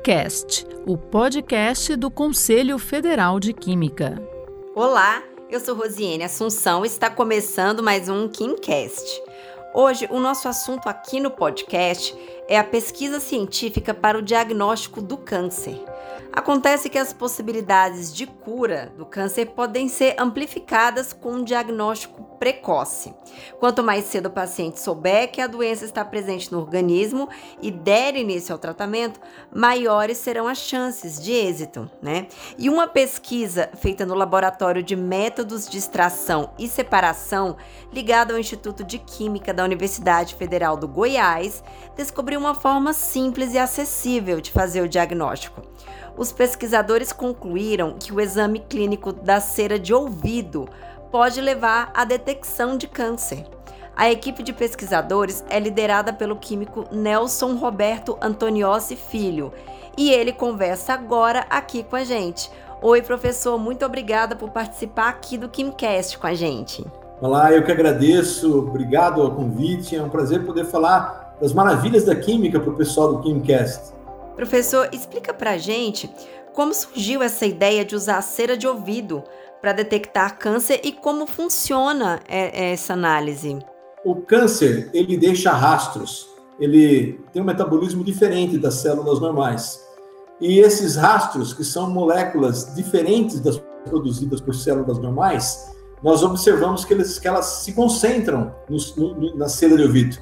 KimCast, o podcast do Conselho Federal de Química. Olá, eu sou Rosiane Assunção e está começando mais um KimCast. Hoje, o nosso assunto aqui no podcast é a pesquisa científica para o diagnóstico do câncer. Acontece que as possibilidades de cura do câncer podem ser amplificadas com um diagnóstico precoce. Quanto mais cedo o paciente souber que a doença está presente no organismo e der início ao tratamento, maiores serão as chances de êxito, né? E uma pesquisa feita no Laboratório de Métodos de Extração e Separação, ligada ao Instituto de Química da Universidade Federal do Goiás, descobriu uma forma simples e acessível de fazer o diagnóstico. Os pesquisadores concluíram que o exame clínico da cera de ouvido pode levar à detecção de câncer. A equipe de pesquisadores é liderada pelo químico Nelson Roberto Antoniossi Filho e ele conversa agora aqui com a gente. Oi, professor, muito obrigada por participar aqui do KimCast com a gente. Olá, eu que agradeço, obrigado ao convite, é um prazer poder falar das maravilhas da química para o pessoal do KimCast. Professor, explica pra gente como surgiu essa ideia de usar a cera de ouvido para detectar câncer e como funciona essa análise. O câncer, ele deixa rastros, ele tem um metabolismo diferente das células normais. E esses rastros, que são moléculas diferentes das produzidas por células normais, nós observamos que elas se concentram na cera de ouvido.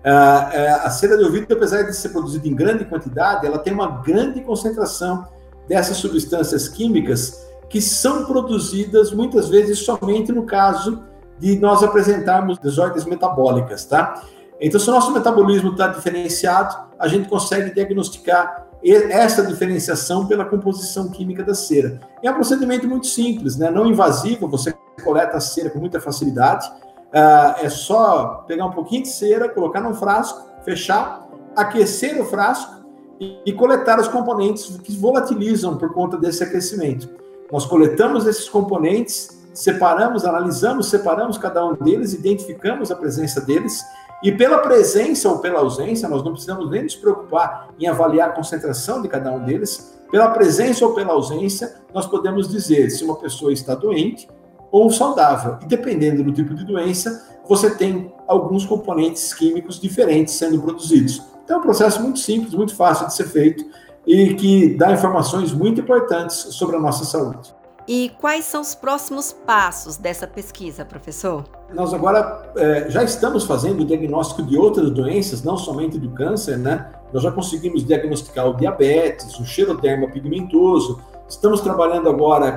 A cera de ouvido, apesar de ser produzida em grande quantidade, ela tem uma grande concentração dessas substâncias químicas que são produzidas muitas vezes somente no caso de nós apresentarmos desordens metabólicas, tá? Então, se o nosso metabolismo está diferenciado, a gente consegue diagnosticar essa diferenciação pela composição química da cera. É um procedimento muito simples, né? Não invasivo, você coleta a cera com muita facilidade. É só pegar um pouquinho de cera, colocar num frasco, fechar, aquecer o frasco e coletar os componentes que volatilizam por conta desse aquecimento. Nós coletamos esses componentes, separamos, analisamos, separamos cada um deles, identificamos a presença deles e pela presença ou pela ausência, nós não precisamos nem nos preocupar em avaliar a concentração de cada um deles, pela presença ou pela ausência, nós podemos dizer se uma pessoa está doente ou saudável. E dependendo do tipo de doença, você tem alguns componentes químicos diferentes sendo produzidos. Então é um processo muito simples, muito fácil de ser feito e que dá informações muito importantes sobre a nossa saúde. E quais são os próximos passos dessa pesquisa, professor? Nós agora já estamos fazendo o diagnóstico de outras doenças, não somente do câncer, né? Nós já conseguimos diagnosticar o diabetes, o xeroderma pigmentoso. Estamos trabalhando agora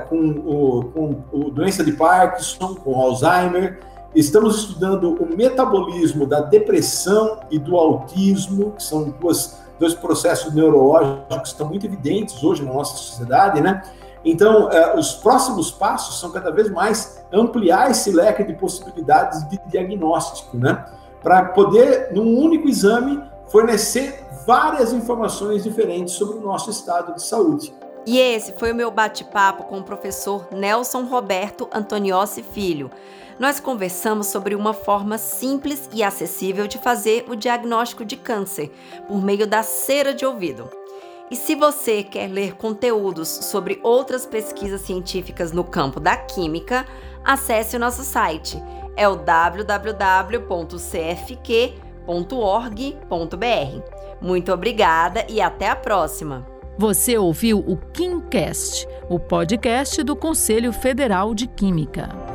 com doença de Parkinson, com Alzheimer. Estamos estudando o metabolismo da depressão e do autismo, que são dois processos neurológicos que estão muito evidentes hoje na nossa sociedade, né? Então, os próximos passos são cada vez mais ampliar esse leque de possibilidades de diagnóstico, né? Para poder, num único exame, fornecer várias informações diferentes sobre o nosso estado de saúde. E esse foi o meu bate-papo com o professor Nelson Roberto Antoniossi Filho. Nós conversamos sobre uma forma simples e acessível de fazer o diagnóstico de câncer, por meio da cera de ouvido. E se você quer ler conteúdos sobre outras pesquisas científicas no campo da química, acesse o nosso site, é o www.cfq.org.br. Muito obrigada e até a próxima! Você ouviu o KimCast, o podcast do Conselho Federal de Química.